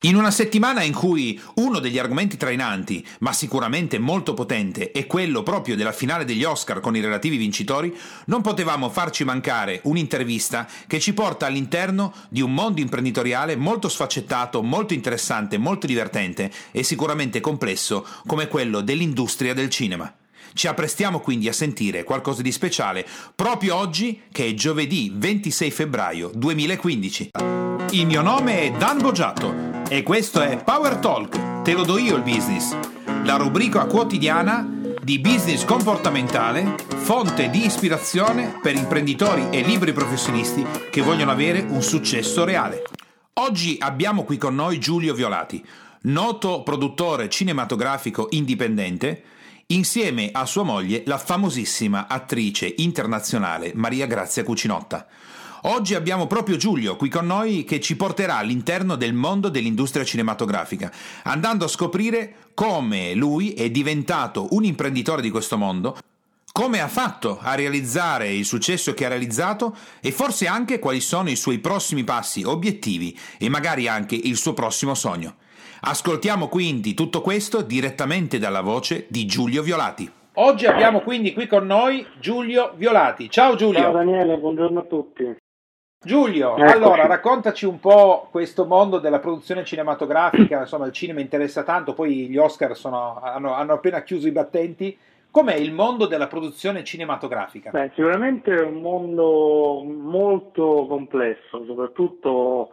In una settimana in cui uno degli argomenti trainanti, ma sicuramente molto potente, è quello proprio della finale degli Oscar con i relativi vincitori, non potevamo farci mancare un'intervista che ci porta all'interno di un mondo imprenditoriale molto sfaccettato, molto interessante, molto divertente e sicuramente complesso come quello dell'industria del cinema. Ci apprestiamo quindi a sentire qualcosa di speciale proprio oggi, che è giovedì 26 febbraio 2015. Il mio nome è Dan Boggiato e questo è Power Talk, te lo do io il business, la rubrica quotidiana di business comportamentale, fonte di ispirazione per imprenditori e liberi professionisti che vogliono avere un successo reale. Oggi abbiamo qui con noi Giulio Violati, noto produttore cinematografico indipendente, insieme a sua moglie, la famosissima attrice internazionale Maria Grazia Cucinotta. Oggi abbiamo proprio Giulio qui con noi che ci porterà all'interno del mondo dell'industria cinematografica, andando a scoprire come lui è diventato un imprenditore di questo mondo, come ha fatto a realizzare il successo che ha realizzato e forse anche quali sono i suoi prossimi passi, obiettivi e magari anche il suo prossimo sogno. Ascoltiamo quindi tutto questo direttamente dalla voce di Giulio Violati. Oggi abbiamo quindi qui con noi Giulio Violati. Ciao Giulio. Ciao Daniele, buongiorno a tutti. Giulio, Eccoci. allora raccontaci un po' questo mondo della produzione cinematografica, insomma il cinema interessa tanto, poi gli Oscar hanno appena chiuso i battenti. Com'è il mondo della produzione cinematografica? Beh, sicuramente è un mondo molto complesso, soprattutto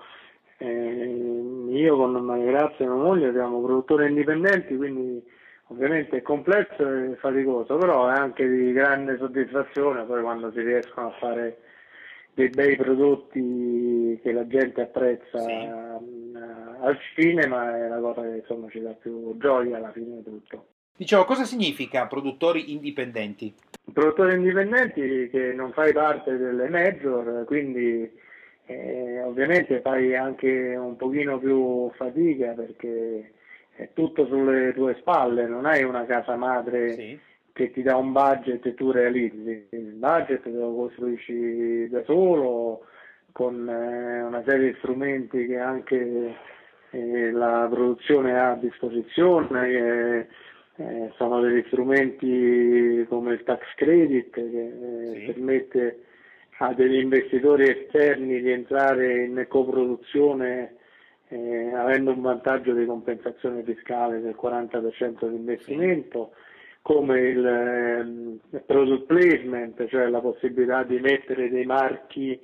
io con Maria Grazia e mia moglie siamo produttori indipendenti, quindi ovviamente è complesso e faticoso, però è anche di grande soddisfazione poi quando si riescono a fare dei bei prodotti che la gente apprezza. Sì. Al cinema, è la cosa che insomma ci dà più gioia alla fine di tutto. Dicevo, cosa significa produttori indipendenti? Produttori indipendenti che non fai parte delle major, quindi ovviamente fai anche un pochino più fatica perché è tutto sulle tue spalle, non hai una casa madre. Sì. Che ti dà un budget e tu realizzi. Il budget te lo costruisci da solo con una serie di strumenti che anche la produzione ha a disposizione, sono degli strumenti come il tax credit che Sì. permette a degli investitori esterni di entrare in coproduzione avendo un vantaggio di compensazione fiscale del 40% di investimento. Sì. Come il product placement, cioè la possibilità di mettere dei marchi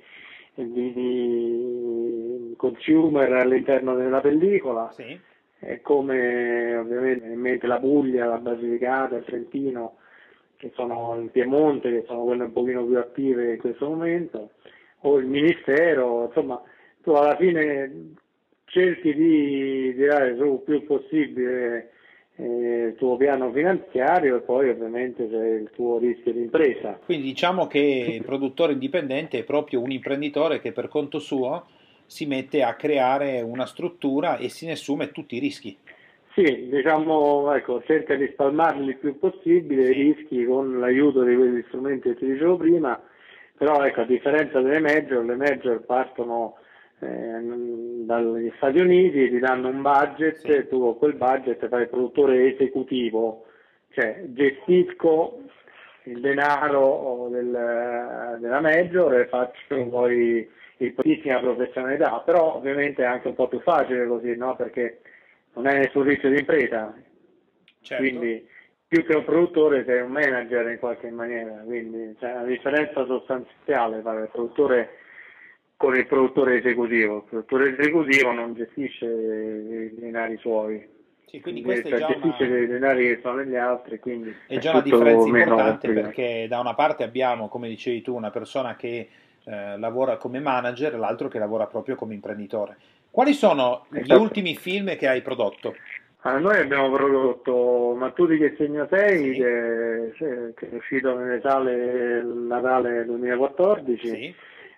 di consumer all'interno della pellicola, Sì. come ovviamente la Puglia, la Basilicata, il Trentino, che sono in Piemonte, che sono quelle un pochino più attive in questo momento, o il Ministero, insomma, tu alla fine cerchi di tirare su il più possibile il tuo piano finanziario e poi ovviamente c'è il tuo rischio di impresa. Quindi diciamo che il produttore indipendente è proprio un imprenditore che per conto suo si mette a creare una struttura e se ne assume tutti i rischi. Sì, diciamo, ecco, cerca di spalmarli il più possibile, i rischi con l'aiuto di quegli strumenti che ti dicevo prima, però ecco, a differenza delle major, le major partono dagli Stati Uniti, ti danno un budget, Sì. e tu con quel budget fai il produttore esecutivo, cioè gestisco il denaro della major e faccio poi il pochissima professionalità, però ovviamente è anche un po' più facile così, no? Perché non è nessun rischio di impresa, Certo. Quindi più che un produttore sei un manager in qualche maniera, quindi c'è una differenza sostanziale tra il produttore con il produttore esecutivo. Il produttore esecutivo non gestisce i denari suoi, Sì, quindi questa è già gestisce dei denari che sono degli altri, quindi è già una tutto differenza meno importante complicato. perché da una parte abbiamo, come dicevi tu, una persona che lavora come manager e l'altro che lavora proprio come imprenditore. Quali sono gli Esatto. ultimi film che hai prodotto? Noi abbiamo prodotto Mattuti che segno sei, Sì. che è uscito nelle sale Natale 2014, Sì.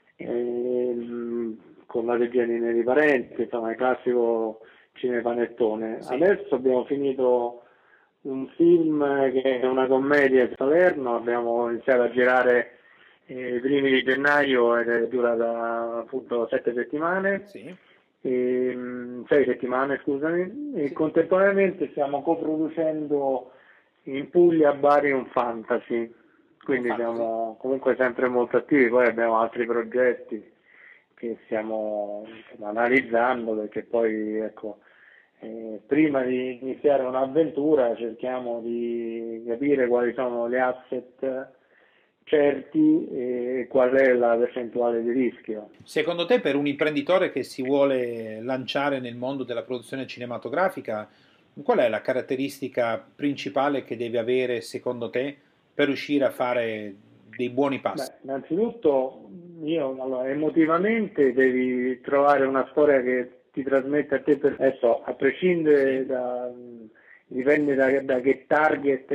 con la regia di Neri Parenti, insomma il classico cinepanettone. Sì. Adesso abbiamo finito un film che è una commedia a Salerno, abbiamo iniziato a girare i primi di gennaio ed è durata appunto 7 settimane. Sì. 6 settimane, scusami, e Sì. contemporaneamente stiamo coproducendo in Puglia a Bari un fantasy, Un quindi fantasy? siamo comunque sempre molto attivi, poi abbiamo altri progetti che stiamo analizzando perché poi ecco, prima di iniziare un'avventura cerchiamo di capire quali sono gli asset certi e qual è la percentuale di rischio. Secondo te, per un imprenditore che si vuole lanciare nel mondo della produzione cinematografica, qual è la caratteristica principale che deve avere, secondo te, per riuscire a fare dei buoni passi? Beh, innanzitutto allora, emotivamente devi trovare una storia che ti trasmette a te adesso, a prescindere Sì, dipende da che target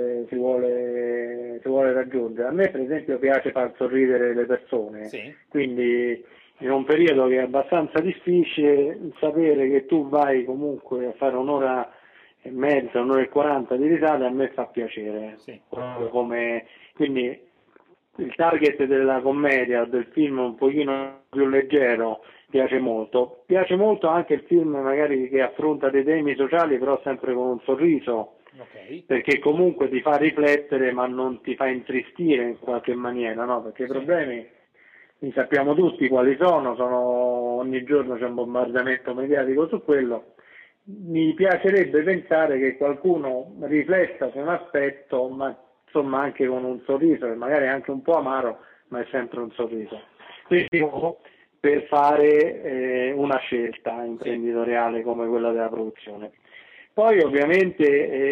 si vuole raggiungere. A me per esempio piace far sorridere le persone, sì, quindi in un periodo che è abbastanza difficile sapere che tu vai comunque a fare un'ora e mezza, un'ora e 40 di risata a me fa piacere. sì. Quindi il target della commedia o del film un pochino più leggero piace molto anche il film magari che affronta dei temi sociali però sempre con un sorriso, Ok, perché comunque ti fa riflettere ma non ti fa intristire in qualche maniera, no? Perché i sì, problemi li sappiamo tutti quali ogni giorno c'è un bombardamento mediatico su quello. Mi piacerebbe pensare che qualcuno rifletta su un aspetto, ma insomma anche con un sorriso, che magari è anche un po' amaro, ma è sempre un sorriso. Quindi per fare una scelta sì, imprenditoriale come quella della produzione. Poi ovviamente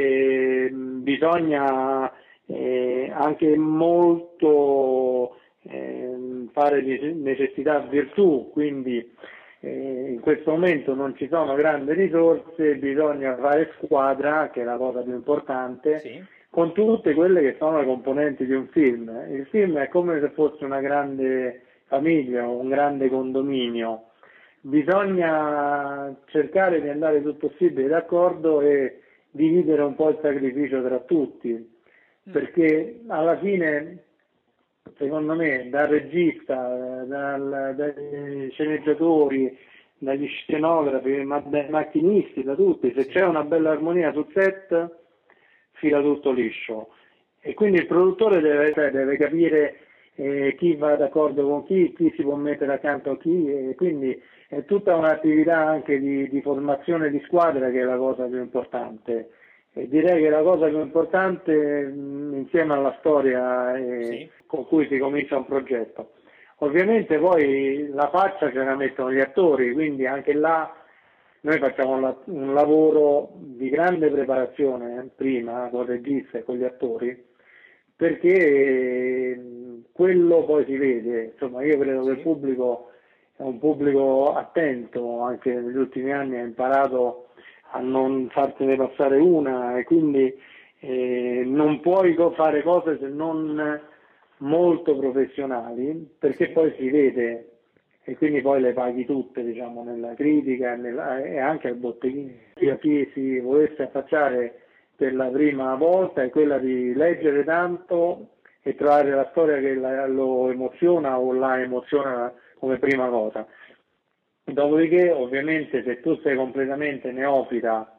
bisogna anche molto fare di necessità virtù, quindi in questo momento non ci sono grandi risorse, bisogna fare squadra, che è la cosa più importante, sì, con tutte quelle che sono le componenti di un film. Il film è come se fosse una grande famiglia, un grande condominio. Bisogna cercare di andare il più possibile d'accordo e dividere un po' il sacrificio tra tutti, mm, perché alla fine, secondo me, dal regista, dai sceneggiatori, dagli scenografi, ma dai macchinisti, da tutti, se c'è sì, una bella armonia sul set, fila tutto liscio. E quindi il produttore deve capire chi va d'accordo con chi si può mettere accanto a chi, e quindi è tutta un'attività anche di formazione di squadra che è la cosa più importante. E direi che la cosa più importante, insieme alla storia sì, con cui si comincia un progetto. Ovviamente poi la faccia ce la mettono gli attori, quindi anche là noi facciamo un lavoro di grande preparazione prima con il regista e con gli attori, perché quello poi si vede. Insomma, io credo che il sì, pubblico è un pubblico attento, anche negli ultimi anni ha imparato a non farsene passare una e quindi non puoi fare cose se non molto professionali, perché sì, poi si vede e quindi poi le paghi tutte, diciamo, nella critica e anche al botteghino. A chi si volesse affacciare per la prima volta è quella di leggere tanto e trovare la storia che lo emoziona o la emoziona come prima cosa. Dopodiché, ovviamente, se tu sei completamente neofita,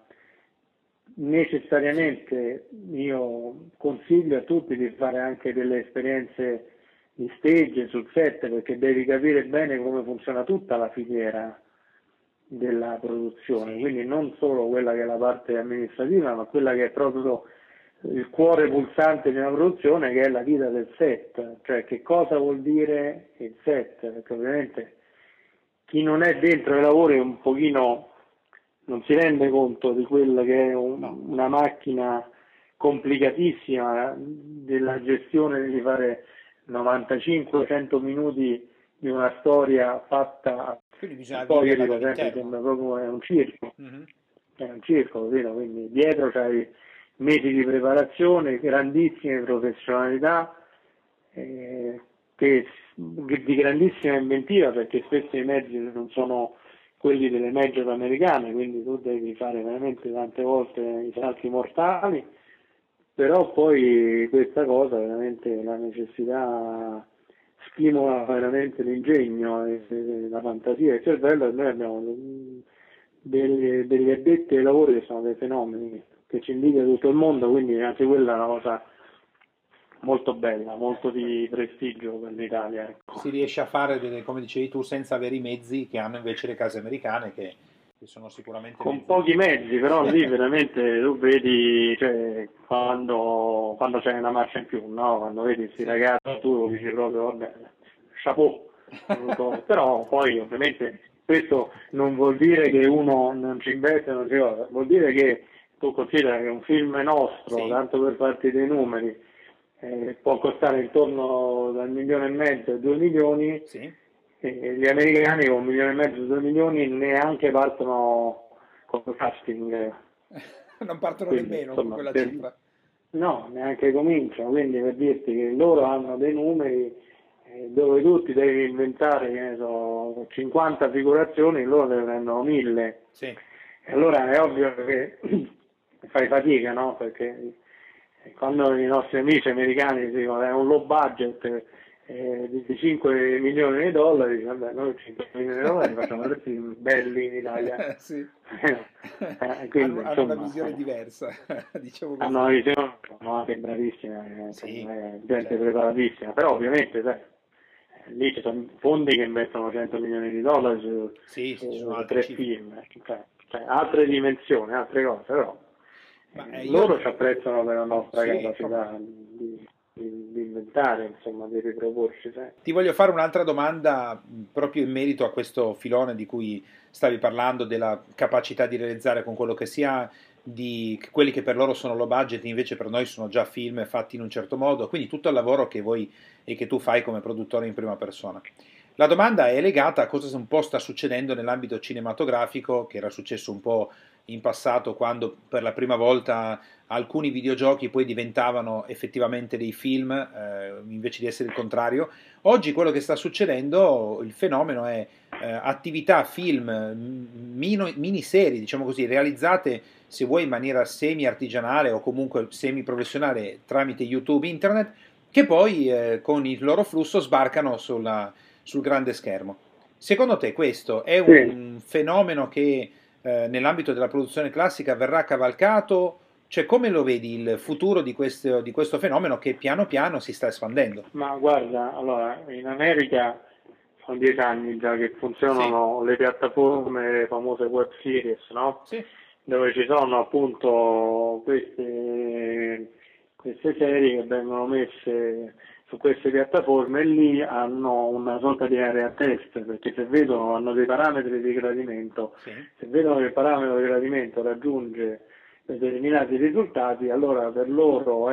sì, necessariamente io consiglio a tutti di fare anche delle esperienze di stage sul set perché devi capire bene come funziona tutta la filiera della produzione, sì, quindi non solo quella che è la parte amministrativa, ma quella che è proprio il cuore pulsante di una produzione che è la vita del set, cioè che cosa vuol dire il set, perché ovviamente chi non è dentro ai lavori un pochino non si rende conto di quella che è no, una macchina complicatissima della gestione di fare 95-100 minuti di una storia fatta, quindi e bisogna poi io viverla dico sempre, dall'interno. sembra proprio Mhm, è un circo, capito? Quindi dietro c'hai mesi di preparazione, grandissime professionalità, eh, di grandissima inventiva perché spesso i mezzi non sono quelli delle major americane, quindi tu devi fare veramente tante volte i salti mortali, però poi questa cosa veramente la necessità stimola veramente l'ingegno e la fantasia e il cervello, e noi abbiamo degli addetti ai lavori che sono dei fenomeni che ci invidia tutto il mondo, quindi anche quella è una cosa molto bella, molto di prestigio per l'Italia. Ecco. Si riesce a fare, come dicevi tu, senza avere i mezzi che hanno invece le case americane, che sono sicuramente Con mezzi. pochi mezzi, però lì veramente tu vedi, cioè, quando c'è una marcia in più, no? Quando vedi questi ragazzi, tu dici proprio, vabbè, chapeau. Però poi ovviamente questo non vuol dire che uno non ci investe, non ci cosa, vuol dire che tu considera che un film nostro, Sì. tanto per farti dei numeri, può costare intorno dal 1,5 milioni a 2 milioni, Sì. e gli americani con 1,5 milioni, 2 milioni neanche partono con il casting. Non partono Quindi, nemmeno con insomma, quella cifra. no, neanche cominciano, quindi per dirti che loro hanno dei numeri dove tu ti devi inventare, che ne so, 50 figurazioni, loro te ne prendono 1000. Sì. E allora è ovvio che fai fatica, no? Perché quando i nostri amici americani dicono è un low budget di 5 milioni di dollari, vabbè, noi 5 milioni di dollari facciamo 3 film belli in Italia. Sì. Quindi, Hanno una insomma, visione diversa, diciamo così. hanno una visione, sono anche bravissimi, Sì, gente certo. preparatissima, però ovviamente sai, lì ci sono fondi che investono 100 milioni di dollari Sì, ci sono su altre 3 cifre. film, cioè, altre dimensioni, altre cose, però Ma loro io ci apprezzano per la nostra sì, capacità di inventare, insomma, di riproporci sempre. ti voglio fare un'altra domanda proprio in merito a questo filone di cui stavi parlando, della capacità di realizzare con quello che si ha, di quelli che per loro sono low budget, invece per noi sono già film fatti in un certo modo, quindi tutto il lavoro che voi e che tu fai come produttore in prima persona. La domanda è legata a cosa un po' sta succedendo nell'ambito cinematografico, che era successo un po' in passato quando per la prima volta alcuni videogiochi poi diventavano effettivamente dei film invece di essere il contrario. Oggi quello che sta succedendo, il fenomeno è attività film, miniserie, diciamo così, realizzate se vuoi in maniera semi-artigianale o comunque semi-professionale tramite YouTube, internet, che poi con il loro flusso sbarcano sul grande schermo. Secondo te questo è Sì. un fenomeno che nell'ambito della produzione classica verrà cavalcato? Cioè, come lo vedi il futuro di questo fenomeno che piano piano si sta espandendo? Ma guarda, allora, in America sono 10 anni già che Sì, funzionano le piattaforme, le famose web series, no? sì, Dove ci sono appunto queste serie che vengono messe su queste piattaforme e lì hanno una sorta di area test, perché se vedono hanno dei parametri di gradimento, sì, se vedono che il parametro di gradimento raggiunge determinati risultati, allora per loro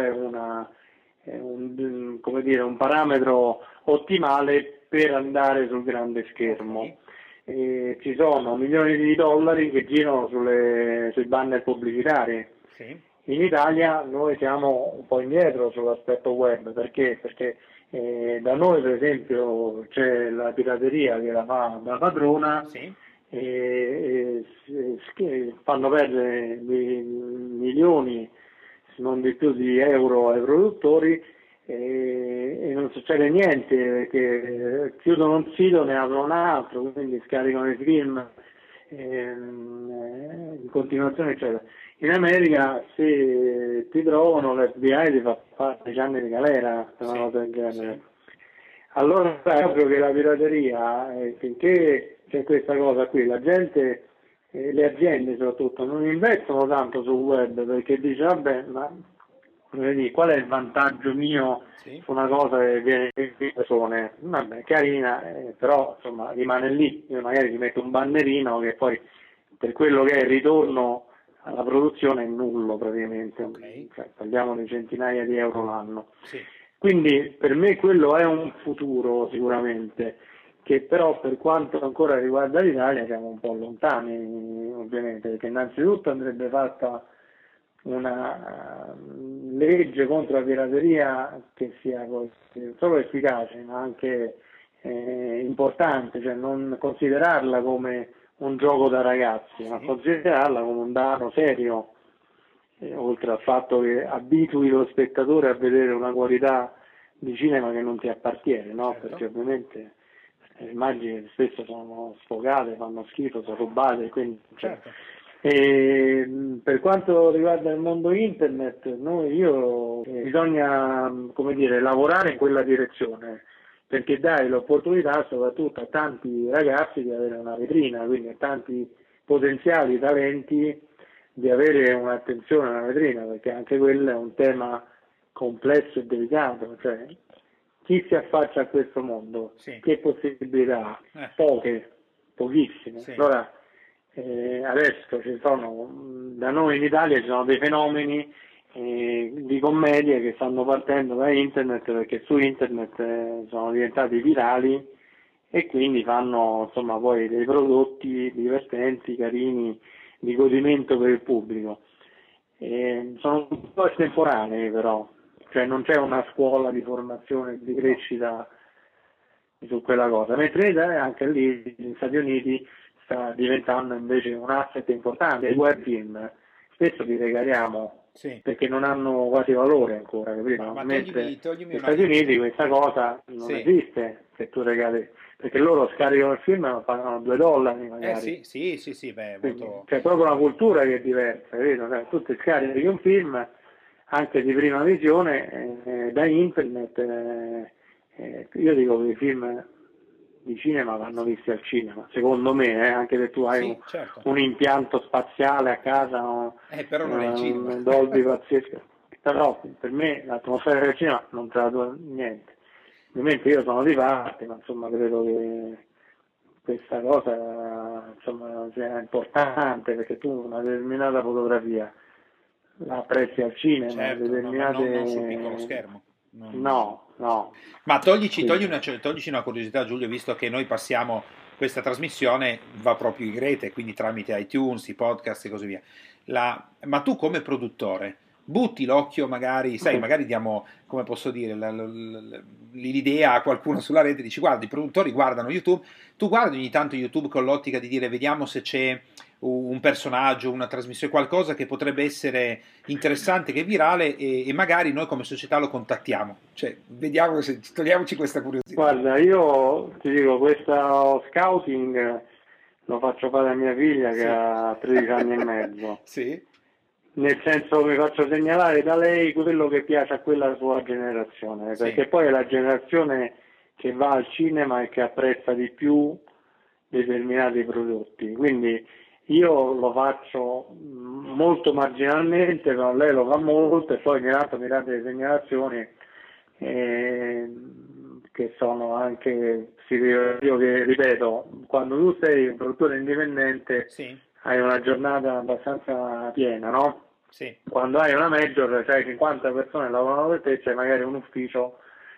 come dire, un parametro ottimale per andare sul grande schermo. ok, Ci sono milioni di dollari che girano sui banner pubblicitari. sì, In Italia noi siamo un po' indietro sull'aspetto web, perché da noi per esempio c'è la pirateria che la fa da padrona sì, e fanno perdere milioni, se non di più, di euro ai produttori e non succede niente perché chiudono un sito, ne aprono un altro, quindi scaricano i film in continuazione, eccetera. In America se ti trovano l'FBI ti fa fare 10 anni di galera per una sì, cosa del sì, genere. Allora è ovvio che la pirateria, finché c'è questa cosa qui, la gente, le aziende soprattutto, non investono tanto sul web perché dice vabbè, ma vedi, qual è il vantaggio mio sì, su una cosa che viene in persone? Vabbè, carina, però insomma rimane lì, io magari ti metto un bannerino che poi per quello che è il ritorno alla produzione è nullo praticamente, ok, cioè, parliamo di centinaia di euro l'anno. sì, Quindi per me quello è un futuro sicuramente, che però per quanto ancora riguarda l'Italia siamo un po' lontani ovviamente, perché innanzitutto andrebbe fatta una legge contro la pirateria che sia non solo efficace ma anche importante, cioè non considerarla come un gioco da ragazzi, ma sì, considerarla come un danno serio, oltre al fatto che abitui lo spettatore a vedere una qualità di cinema che non ti appartiene, no? Certo. Perché ovviamente le immagini spesso sono sfocate, fanno schifo, sono rubate, quindi Certo. e per quanto riguarda il mondo internet, bisogna, come dire, lavorare in quella direzione, perché dai l'opportunità soprattutto a tanti ragazzi di avere una vetrina, quindi a tanti potenziali talenti di avere un'attenzione alla vetrina, perché anche quello è un tema complesso e delicato, cioè chi si affaccia a questo mondo, Sì. che possibilità ha? Pochissime. Sì. Allora, adesso ci sono, da noi in Italia ci sono dei fenomeni di commedie che stanno partendo da internet, perché su internet sono diventati virali e quindi fanno insomma poi dei prodotti divertenti, carini, di godimento per il pubblico. Sono un po' estemporanei però, cioè non c'è una scuola di formazione, di crescita su quella cosa, mentre anche lì negli Stati Uniti sta diventando invece un asset importante. I web film spesso li regaliamo Sì. perché non hanno quasi valore ancora, capito? Ma mentre toglimi negli una... Stati Uniti questa cosa non Sì. esiste, se tu regali, perché loro scaricano il film e pagano $2 magari. Sì, beh, Quindi, molto... c'è proprio una cultura che è diversa, capito? Cioè, tu ti scarichi un film anche di prima visione da internet, io dico che i film di cinema vanno visti al cinema, secondo me, anche se tu hai Sì, certo. un impianto spaziale a casa, Però non è il cinema. un Dolby pazzesco, però per me l'atmosfera del cinema non te la do niente. Ovviamente io sono di parte, ma insomma credo che questa cosa insomma sia importante, perché tu una determinata fotografia la apprezzi al cinema, Certo, determinate... non sul piccolo schermo. No. Ma toglici una curiosità, Giulio, visto che noi passiamo questa trasmissione, va proprio in rete, quindi tramite iTunes, i podcast e così via. Ma tu come produttore butti l'occhio, magari, sai, magari diamo, come posso dire, l'idea a qualcuno sulla rete, dici guarda, i produttori guardano YouTube, tu guardi ogni tanto YouTube con l'ottica di dire vediamo se c'è un personaggio, una trasmissione, qualcosa che potrebbe essere interessante, che è virale e magari noi come società lo contattiamo, cioè vediamo se togliamoci questa curiosità. Guarda, io ti dico, questo scouting lo faccio fare a mia figlia che ha 13 anni e mezzo. Sì. Nel senso mi faccio segnalare da lei quello che piace a quella sua generazione, perché poi è la generazione che va al cinema e che apprezza di più determinati prodotti, quindi io lo faccio molto marginalmente, però lei lo fa molto e poi ogni tanto mi date le segnalazioni che sono anche, io che ripeto, quando tu sei un produttore indipendente hai una giornata abbastanza piena, no? Sì. Quando hai una major, cioè 50 persone lavorano per te, c'è magari un ufficio,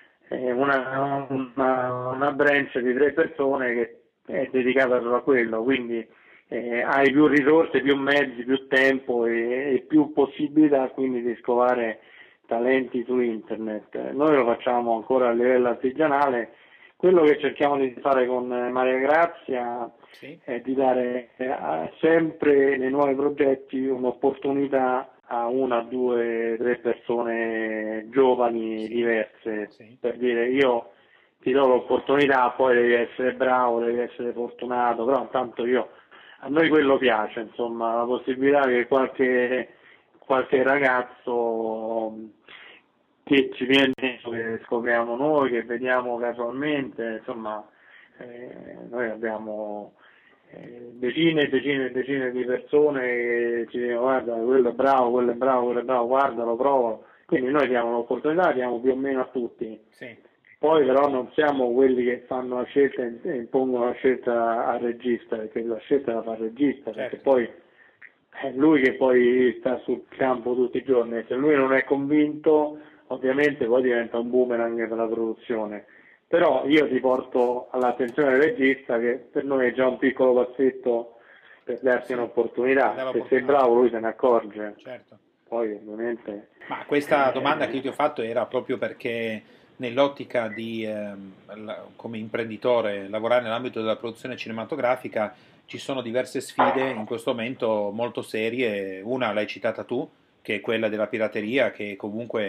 una branch di 3 persone che è dedicata solo a quello, quindi hai più risorse, più mezzi, più tempo e più possibilità quindi di scovare talenti su internet. Noi lo facciamo ancora a livello artigianale. Quello che cerchiamo di fare con Maria Grazia è di dare sempre nei nuovi progetti un'opportunità a 1, 2, 3 persone giovani diverse, per dire io ti do l'opportunità, poi devi essere bravo, devi essere fortunato, però intanto a noi quello piace, insomma, la possibilità che qualche ragazzo che ci viene, che scopriamo noi, che vediamo casualmente, insomma, noi abbiamo decine e decine e decine di persone che ci dicono guarda, quello è bravo, quello è bravo, quello è bravo, guardalo, provo, quindi noi diamo l'opportunità, diamo più o meno a tutti. Poi però non siamo quelli che fanno la scelta e impongono la scelta al regista, perché la scelta la fa il regista, perché poi è lui che poi sta sul campo tutti i giorni, se lui non è convinto ovviamente poi diventa un boomerang per la produzione, però io ti porto all'attenzione del regista che per noi è già un piccolo passetto per darti un'opportunità, se sei bravo lui se ne accorge. Poi ovviamente... Ma questa domanda che io ti ho fatto era proprio perché nell'ottica di, come imprenditore, lavorare nell'ambito della produzione cinematografica ci sono diverse sfide in questo momento molto serie. Una l'hai citata tu, che è quella della pirateria, che comunque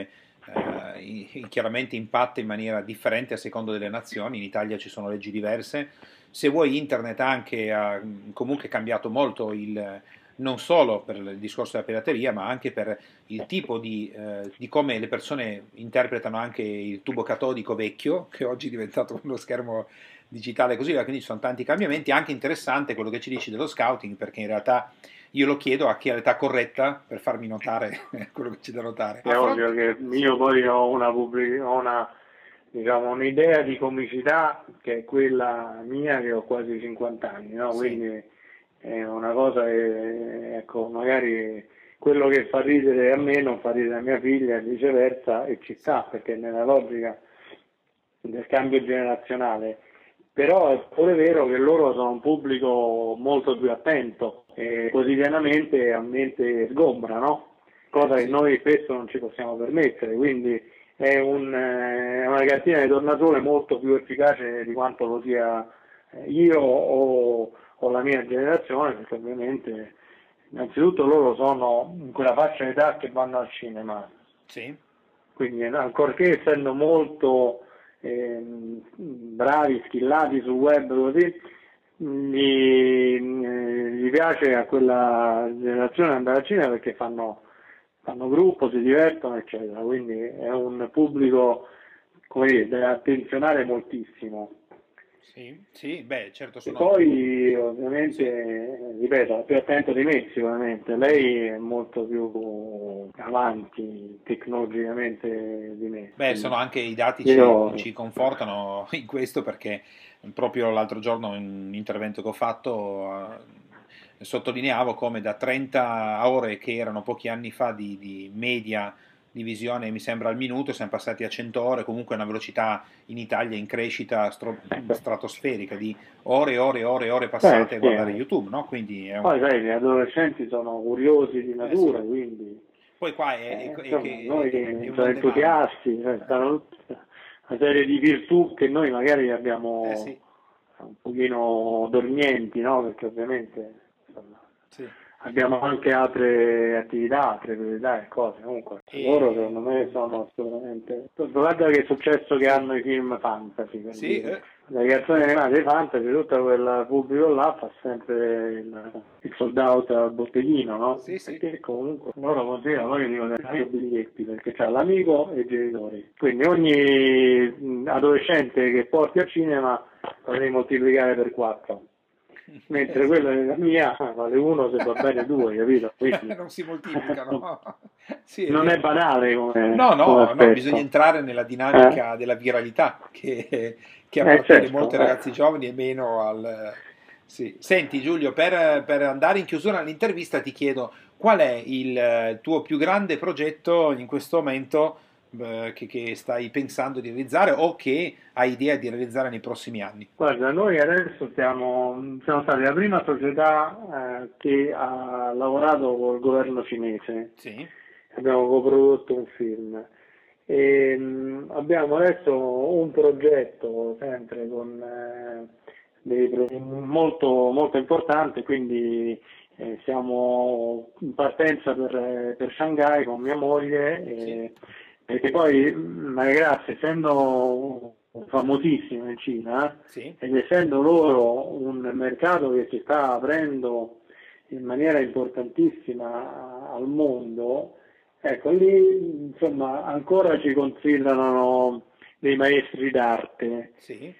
chiaramente impatta in maniera differente a seconda delle nazioni. In Italia ci sono leggi diverse. Se vuoi, internet anche ha comunque cambiato molto non solo per il discorso della pirateria, ma anche per il tipo di come le persone interpretano anche il tubo catodico vecchio, che oggi è diventato uno schermo digitale così, quindi ci sono tanti cambiamenti. Anche interessante quello che ci dici dello scouting, perché in realtà io lo chiedo a chi ha l'età corretta per farmi notare quello che c'è da notare. È ovvio che io poi ho diciamo, un'idea di comicità che è quella mia, che ho quasi 50 anni, no? Sì. Quindi è una cosa che, ecco, magari quello che fa ridere a me non fa ridere a mia figlia e viceversa, e ci sta, perché nella logica del cambio generazionale. Però è pure vero che loro sono un pubblico molto più attento e quotidianamente a mente sgombra, no? Cosa che noi spesso non ci possiamo permettere, quindi è una cartina di tornasole molto più efficace di quanto lo sia io o la mia generazione, perché ovviamente innanzitutto loro sono in quella fascia d'età che vanno al cinema, Sì. quindi ancorché essendo molto bravi, skillati sul web così, gli piace a quella generazione andare al cinema perché fanno gruppo, si divertono, eccetera, quindi è un pubblico, come dire, da attenzionare moltissimo. Sì, beh, certo E sono... poi ovviamente, ripeto, è più attento di me sicuramente, lei è molto più avanti tecnologicamente di me. Beh, sono anche i dati ci confortano in questo, perché proprio l'altro giorno in un intervento che ho fatto sottolineavo come da 30 ore, che erano pochi anni fa, di media di visione, mi sembra al minuto, siamo passati a 100 ore, comunque una velocità in Italia in crescita stratosferica di ore e ore e ore e ore passate a guardare YouTube, no? Quindi Poi sai, gli adolescenti sono curiosi di natura, sì. quindi... Poi qua noi siamo entusiasti, stanno una serie di virtù che noi magari abbiamo un pochino dormienti, no? Perché ovviamente insomma, abbiamo anche altre attività, altre priorità e cose. Comunque loro secondo me sono assolutamente... Guarda che successo che hanno i film fantasy, per dire. Le cartoni animate fantasy, tutto quel pubblico là fa sempre il sold out al botteghino, no? Sì. Perché comunque loro considerano, poi io dico che biglietti, perché c'ha l'amico e i genitori. Quindi ogni adolescente che porti al cinema lo devi moltiplicare per 4. Mentre quella della mia vale 1 se va bene 2, capito? Quindi, non si moltiplicano. Sì, non è banale come no, bisogna entrare nella dinamica della viralità che appartiene molto ai ragazzi giovani e meno al... Sì. Senti Giulio, per andare in chiusura all'intervista ti chiedo qual è il tuo più grande progetto in questo momento che stai pensando di realizzare o che hai idea di realizzare nei prossimi anni? Guarda, noi adesso siamo stati la prima società che ha lavorato col governo cinese. Sì. Abbiamo coprodotto un film e abbiamo adesso un progetto sempre con molto, molto importante, quindi siamo in partenza per Shanghai con mia moglie, perché poi grazie, essendo famosissimo in Cina ed essendo loro un mercato che si sta aprendo in maniera importantissima al mondo, ecco lì insomma ancora ci considerano dei maestri d'arte.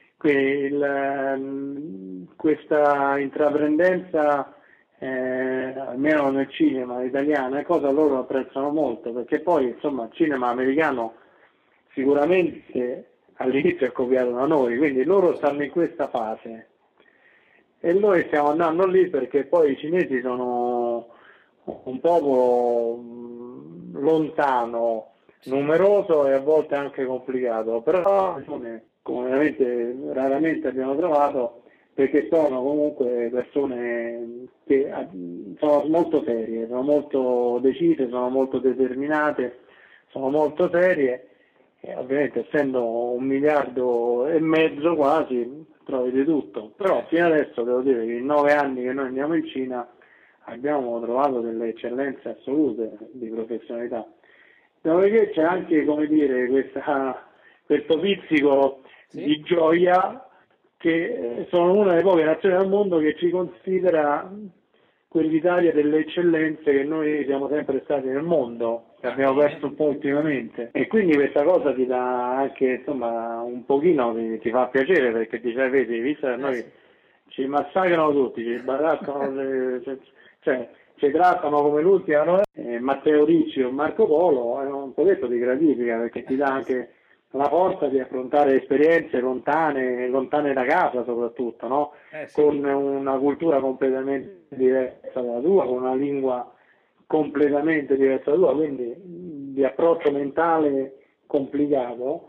Quindi questa intraprendenza almeno nel cinema italiano è cosa loro apprezzano molto, perché poi insomma il cinema americano sicuramente all'inizio è copiato da noi, quindi loro stanno in questa fase e noi stiamo andando lì perché poi i cinesi sono un popolo lontano, numeroso e a volte anche complicato, però come veramente raramente abbiamo trovato, perché sono comunque persone che sono molto serie, sono molto decise, sono molto determinate, sono molto serie e ovviamente essendo 1,5 miliardi quasi trovi di tutto, però fino adesso devo dire che in 9 anni che noi andiamo in Cina abbiamo trovato delle eccellenze assolute di professionalità Dopodiché c'è anche, come dire, questo pizzico di gioia che sono una delle poche nazioni al mondo che ci considera quell'Italia delle eccellenze che noi siamo sempre stati nel mondo, che abbiamo perso un po' ultimamente. E quindi questa cosa ti dà anche, insomma, un pochino ti fa piacere, perché dice, vedi, visto che noi ci massacrano tutti, ci baraccano, cioè ci trattano come l'ultima Noè, Matteo Ricci o Marco Polo, è un pochetto di gratifica, perché ti dà anche la forza di affrontare esperienze lontane da casa soprattutto, no? Con una cultura completamente diversa dalla tua, con una lingua completamente diversa dalla tua, quindi di approccio mentale complicato,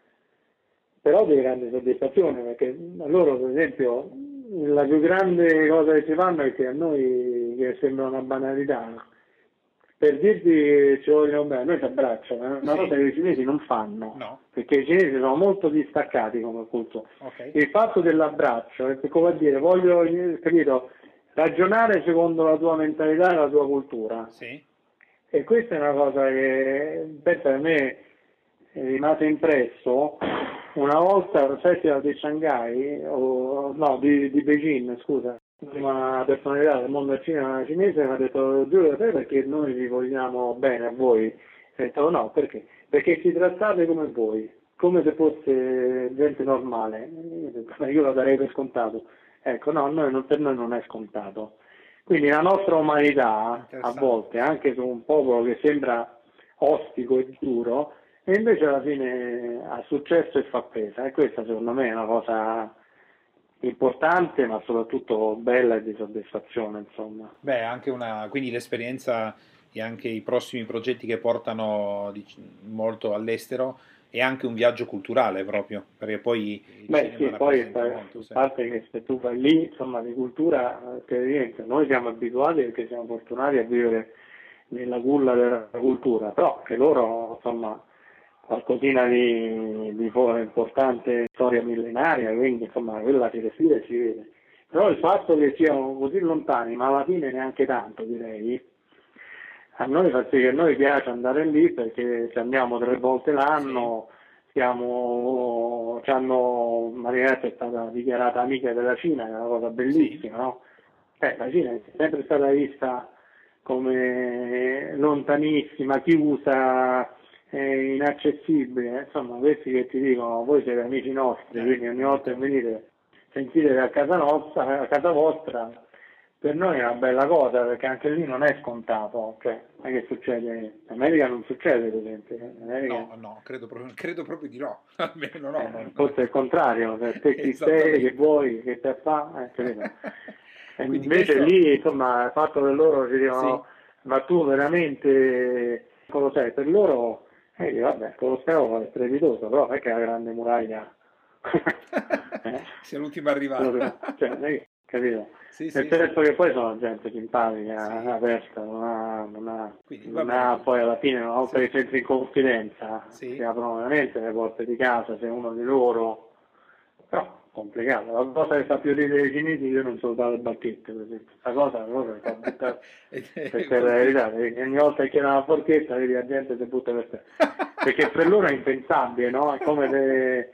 però di grande soddisfazione, perché loro per esempio la più grande cosa che ci fanno è che a noi, che sembra una banalità, per dirti ci vogliono bene, noi ci abbracciano, una cosa che i cinesi non fanno, perché i cinesi sono molto distaccati come cultura. Il fatto dell'abbraccio è come a dire, voglio, capito, ragionare secondo la tua mentalità e la tua cultura. E questa è una cosa che, per me, rimase impresso una volta al festival di Shanghai, di Beijing, scusa. Una personalità del mondo del cinema cinese mi ha detto, giuro te, perché noi vi vogliamo bene a voi. E ho detto no, perché? Perché ci trattate come voi, come se fosse gente normale. Io lo darei per scontato. Ecco, no, per noi non è scontato. Quindi la nostra umanità, a volte, anche su un popolo che sembra ostico e duro, e invece alla fine ha successo e fa presa. E questa secondo me è una cosa importante, ma soprattutto bella e di soddisfazione, insomma. Anche quindi l'esperienza e anche i prossimi progetti che portano molto all'estero è anche un viaggio culturale proprio, perché poi a parte che se tu vai lì, insomma, di cultura noi siamo abituati perché siamo fortunati a vivere nella culla della cultura, però che loro, insomma, qualcosina di importante storia millenaria, quindi insomma quella si respira e si vede. Però il fatto che siano così lontani, ma alla fine neanche tanto direi, a noi fa sì che a noi piace andare lì perché ci andiamo 3 volte l'anno, Marietta è stata dichiarata amica della Cina, che è una cosa bellissima, no? La Cina è sempre stata vista come lontanissima, chiusa, inaccessibile, insomma, questi che ti dicono voi siete amici nostri, quindi ogni volta che venite sentite a casa nostra, a casa vostra, per noi è una bella cosa, perché anche lì non è scontato, cioè non è che succede, in America non succede per esempio. No, credo proprio di no, almeno no. Forse è il contrario, se te chi sei, che vuoi, che te fa, e invece lì, insomma, il fatto che loro ci dicono, ma tu veramente cosa sei? Per loro, vabbè, conosciamo è strepitoso, però è che la grande muraglia sia l'ultima a arrivare. Capito? Nel senso che poi sono gente simpatica, aperta, non ha poi alla fine, una volta che entri in confidenza, si aprono veramente le porte di casa, sei uno di loro, però complicato. La cosa che fa più ridere i cinesi, io non so dare bacchette, per esempio. Questa cosa mi fa buttare per la verità, perché ogni volta che chiede una forchetta, vedi la gente si butta per te. Perché per loro è impensabile, no? È come se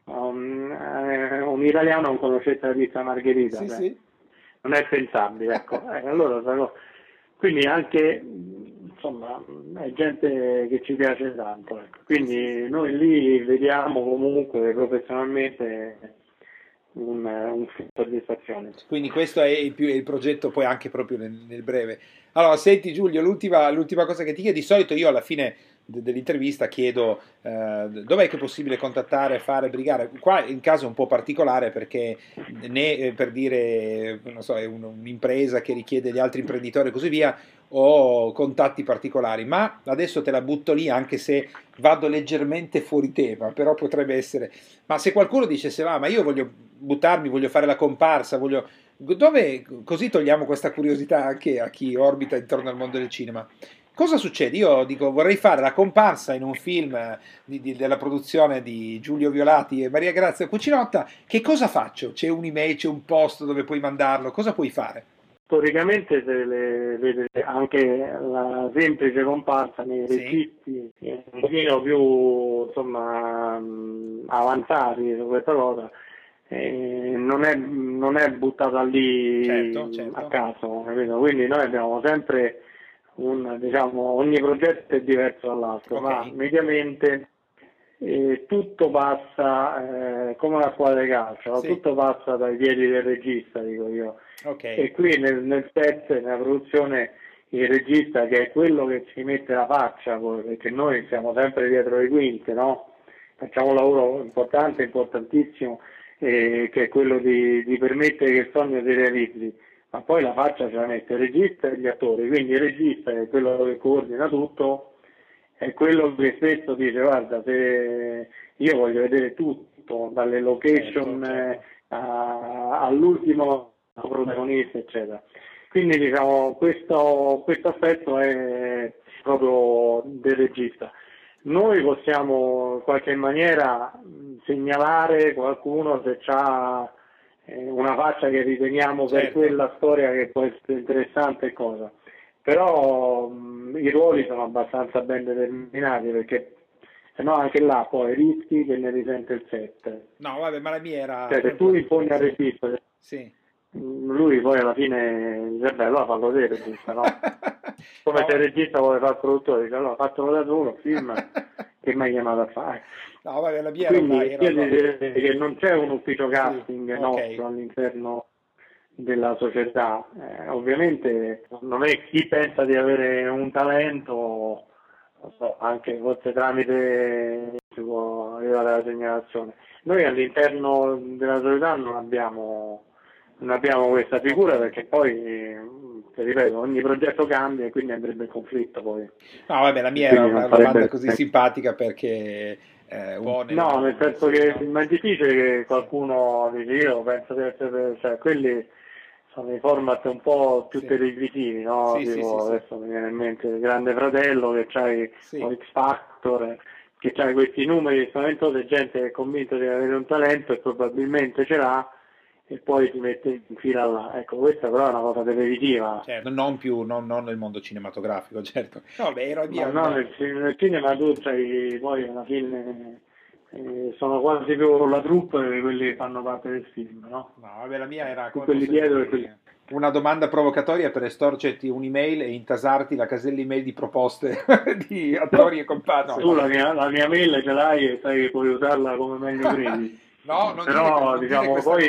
un italiano non conoscesse la pizza margherita. Non è pensabile, ecco. Allora, quindi anche, insomma, è gente che ci piace tanto, ecco. Quindi noi lì vediamo comunque professionalmente un soddisfazione. Quindi questo è il progetto poi anche proprio nel breve. Allora, senti Giulio, l'ultima cosa che ti chiedo, di solito io alla fine dell'intervista chiedo dov'è che è possibile contattare, fare, brigare. Qua il caso è un po' particolare perché per dire, non so, è un'impresa che richiede gli altri imprenditori e così via, ho contatti particolari, ma adesso te la butto lì anche se vado leggermente fuori tema, però potrebbe essere, ma se qualcuno dicesse ma io voglio buttarmi, voglio fare la comparsa, così togliamo questa curiosità anche a chi orbita intorno al mondo del cinema. Cosa succede? Io dico vorrei fare la comparsa in un film della produzione di Giulio Violati e Maria Grazia Cucinotta, che cosa faccio? C'è un'email, c'è un posto dove puoi mandarlo, cosa puoi fare? storicamente vedete anche la semplice comparsa nei registi un pochino più insomma avanzati su questa cosa, non è buttata lì certo. a caso, capito? Quindi noi abbiamo sempre ogni progetto è diverso dall'altro, ma mediamente tutto passa come una squadra di calcio, tutto passa dai piedi del regista, dico io. E qui nel set, nella produzione, il regista, che è quello che ci mette la faccia, perché noi siamo sempre dietro le quinte, no? Facciamo un lavoro importante, importantissimo, che è quello di permettere che il sogno si realizzi, ma poi la faccia ce la mette il regista e gli attori, quindi il regista è quello che coordina tutto, è quello che spesso dice guarda, se io voglio vedere tutto, dalle location all'ultimo protagonista, eccetera. Quindi diciamo questo aspetto è proprio del regista. Noi possiamo in qualche maniera segnalare qualcuno se ha una faccia che riteniamo per quella storia che può essere interessante e cosa. Però i ruoli sono abbastanza ben determinati, perché sennò anche là poi rischi che ne risente il set. No, vabbè, ma la mia era... Cioè, se tu imponi al regista, lui poi alla fine dice, beh, allora fa così il regista, no? Come se il regista vuole fare il produttore, dice, allora fatelo da solo, film, che mi hai chiamato a fare. No, vabbè, la mia quindi io direi che non c'è un ufficio casting nostro okay, all'interno della società. Ovviamente non è chi pensa di avere un talento, non so, anche forse tramite si può arrivare alla segnalazione. Noi all'interno della società non abbiamo questa figura, perché poi, ti ripeto, ogni progetto cambia e quindi andrebbe in conflitto poi. No, vabbè, la mia era una domanda così simpatica perché no, nel senso che è difficile che qualcuno dice io penso di essere, cioè quelli sono i format un po' più televisivi, no? Tipo, adesso mi viene in mente il Grande Fratello, che c'hai o X Factor, che c'hai questi numeri spaventose, gente che è convinta di avere un talento e probabilmente ce l'ha e poi si mette in fila là. Ecco, questa però è una cosa televisiva. Certo, non nel mondo cinematografico, certo. No, beh, era via. No, nel cinema tu c'hai poi alla fine sono quasi più la troupe di quelli che fanno parte del film, no? No, vabbè, la mia era come quelli dietro e quelli... una domanda provocatoria per estorcerti un'email e intasarti la casella email di proposte di attori e comparse. Tu la mia mail ce l'hai e sai che puoi usarla come meglio credi. No, non però dire, diciamo poi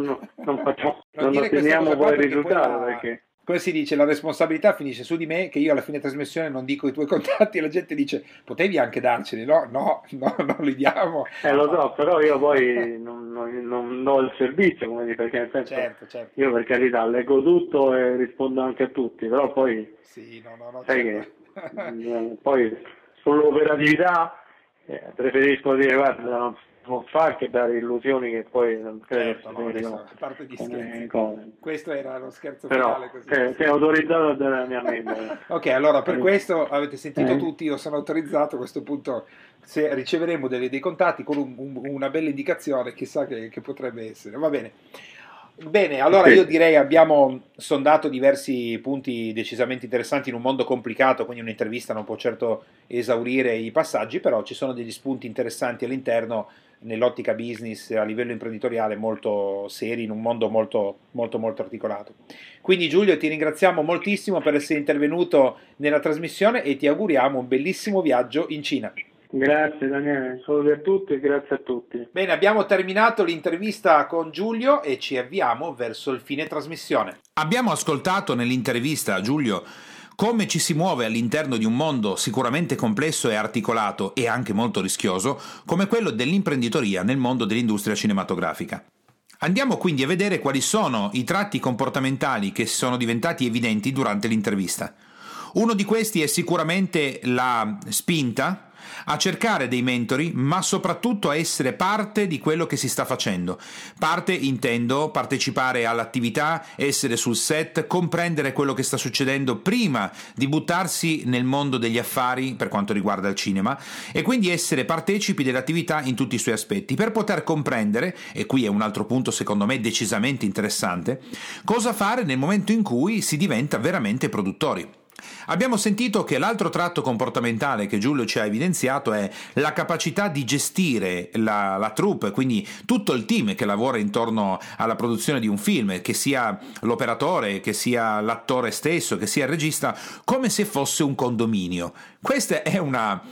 non otteniamo poi il risultato, perché come si dice, la responsabilità finisce su di me, che io alla fine trasmissione non dico i tuoi contatti e la gente dice potevi anche darceli, no, non li diamo. Lo so, però io poi non do il servizio, come dire, perché nel senso certo. Io per carità leggo tutto e rispondo anche a tutti, però poi sai certo. Che poi sull'operatività preferisco dire guarda non può fare che dare illusioni che poi non credo a parte di scherzi. Questo era lo scherzo però, finale così. sei autorizzato a dare la mia mente. Ok, allora per questo avete sentito tutti, io sono autorizzato. A questo punto se riceveremo dei contatti con una bella indicazione, chissà che potrebbe essere. Va bene, allora io direi abbiamo sondato diversi punti decisamente interessanti in un mondo complicato, quindi un'intervista non può certo esaurire i passaggi, però ci sono degli spunti interessanti all'interno nell'ottica business a livello imprenditoriale molto seri in un mondo molto molto molto articolato. Quindi Giulio ti ringraziamo moltissimo per essere intervenuto nella trasmissione e ti auguriamo un bellissimo viaggio in Cina. Grazie Daniele, saluti a tutti e grazie a tutti. Bene, abbiamo terminato l'intervista con Giulio e ci avviamo verso il fine trasmissione. Abbiamo ascoltato nell'intervista a Giulio come ci si muove all'interno di un mondo sicuramente complesso e articolato e anche molto rischioso come quello dell'imprenditoria nel mondo dell'industria cinematografica. Andiamo quindi a vedere quali sono i tratti comportamentali che sono diventati evidenti durante l'intervista. Uno di questi è sicuramente la spinta a cercare dei mentori, ma soprattutto a essere parte di quello che si sta facendo. Parte, intendo, partecipare all'attività, essere sul set, comprendere quello che sta succedendo prima di buttarsi nel mondo degli affari per quanto riguarda il cinema, e quindi essere partecipi dell'attività in tutti i suoi aspetti, per poter comprendere, e qui è un altro punto secondo me decisamente interessante, cosa fare nel momento in cui si diventa veramente produttori. Abbiamo sentito che l'altro tratto comportamentale che Giulio ci ha evidenziato è la capacità di gestire la troupe, quindi tutto il team che lavora intorno alla produzione di un film, che sia l'operatore, che sia l'attore stesso, che sia il regista, come se fosse un condominio. Questa è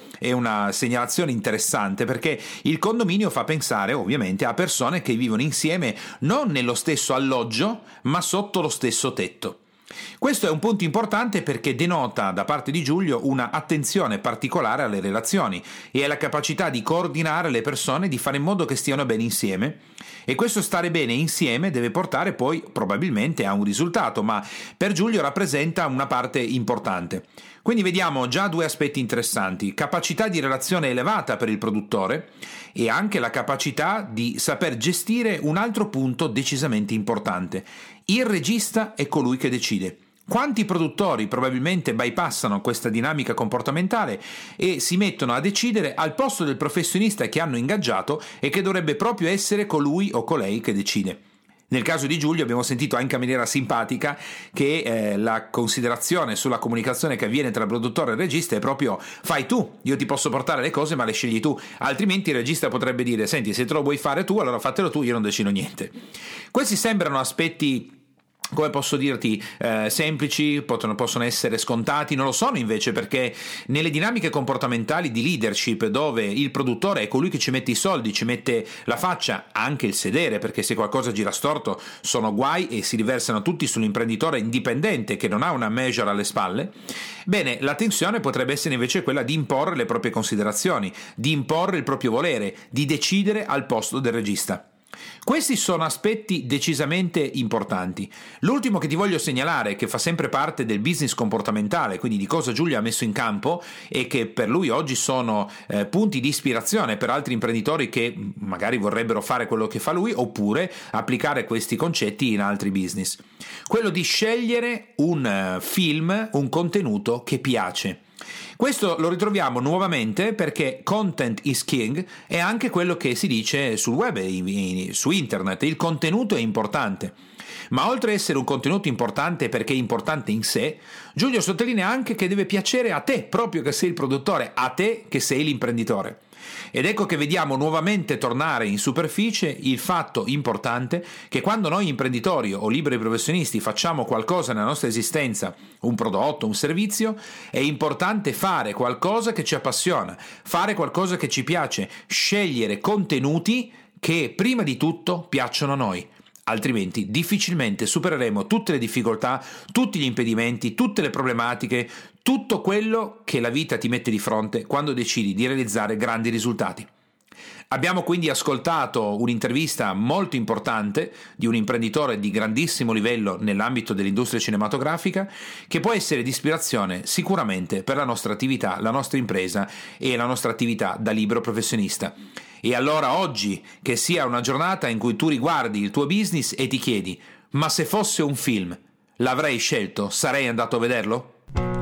una segnalazione interessante, perché il condominio fa pensare ovviamente a persone che vivono insieme non nello stesso alloggio, ma sotto lo stesso tetto. Questo è un punto importante perché denota da parte di Giulio una attenzione particolare alle relazioni e alla capacità di coordinare le persone, di fare in modo che stiano bene insieme, e questo stare bene insieme deve portare poi probabilmente a un risultato, ma per Giulio rappresenta una parte importante. Quindi vediamo già due aspetti interessanti: capacità di relazione elevata per il produttore e anche la capacità di saper gestire un altro punto decisamente importante. Il regista è colui che decide. Quanti produttori probabilmente bypassano questa dinamica comportamentale e si mettono a decidere al posto del professionista che hanno ingaggiato e che dovrebbe proprio essere colui o colei che decide. Nel caso di Giulio abbiamo sentito anche in maniera simpatica che la considerazione sulla comunicazione che avviene tra il produttore e il regista è proprio: fai tu, io ti posso portare le cose ma le scegli tu, altrimenti il regista potrebbe dire: senti, se te lo vuoi fare tu allora fatelo tu, io non decido niente. Questi sembrano aspetti, come posso dirti, semplici, possono essere scontati, non lo sono invece, perché nelle dinamiche comportamentali di leadership, dove il produttore è colui che ci mette i soldi, ci mette la faccia, anche il sedere, perché se qualcosa gira storto sono guai e si riversano tutti sull'imprenditore indipendente che non ha una major alle spalle, bene, la tensione potrebbe essere invece quella di imporre le proprie considerazioni, di imporre il proprio volere, di decidere al posto del regista. Questi sono aspetti decisamente importanti. L'ultimo che ti voglio segnalare, che fa sempre parte del business comportamentale, quindi di cosa Giulio ha messo in campo e che per lui oggi sono punti di ispirazione per altri imprenditori che magari vorrebbero fare quello che fa lui oppure applicare questi concetti in altri business. Quello di scegliere un film, un contenuto che piace. Questo lo ritroviamo nuovamente perché content is king è anche quello che si dice sul web e su internet. Il contenuto è importante, ma oltre a essere un contenuto importante perché è importante in sé, Giulio sottolinea anche che deve piacere a te, proprio che sei il produttore, a te che sei l'imprenditore. Ed ecco che vediamo nuovamente tornare in superficie il fatto importante che quando noi imprenditori o liberi professionisti facciamo qualcosa nella nostra esistenza, un prodotto, un servizio, è importante fare qualcosa che ci appassiona, fare qualcosa che ci piace, scegliere contenuti che prima di tutto piacciono a noi. Altrimenti difficilmente supereremo tutte le difficoltà, tutti gli impedimenti, tutte le problematiche, tutto quello che la vita ti mette di fronte quando decidi di realizzare grandi risultati. Abbiamo quindi ascoltato un'intervista molto importante di un imprenditore di grandissimo livello nell'ambito dell'industria cinematografica, che può essere di ispirazione sicuramente per la nostra attività, la nostra impresa e la nostra attività da libero professionista. E allora oggi, che sia una giornata in cui tu riguardi il tuo business e ti chiedi: ma se fosse un film, l'avrei scelto, sarei andato a vederlo?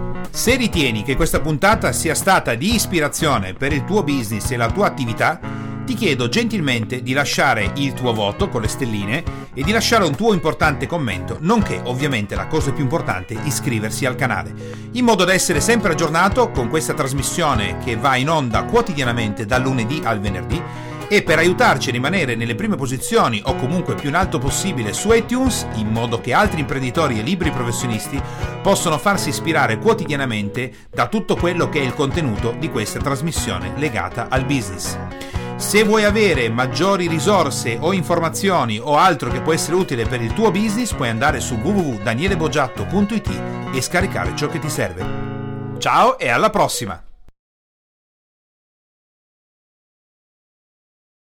Se ritieni che questa puntata sia stata di ispirazione per il tuo business e la tua attività, ti chiedo gentilmente di lasciare il tuo voto con le stelline e di lasciare un tuo importante commento, nonché ovviamente la cosa più importante, iscriversi al canale, in modo da essere sempre aggiornato con questa trasmissione che va in onda quotidianamente dal lunedì al venerdì. E per aiutarci a rimanere nelle prime posizioni o comunque più in alto possibile su iTunes, in modo che altri imprenditori e liberi professionisti possono farsi ispirare quotidianamente da tutto quello che è il contenuto di questa trasmissione legata al business. Se vuoi avere maggiori risorse o informazioni o altro che può essere utile per il tuo business, puoi andare su www.danielebogiatto.it e scaricare ciò che ti serve. Ciao e alla prossima!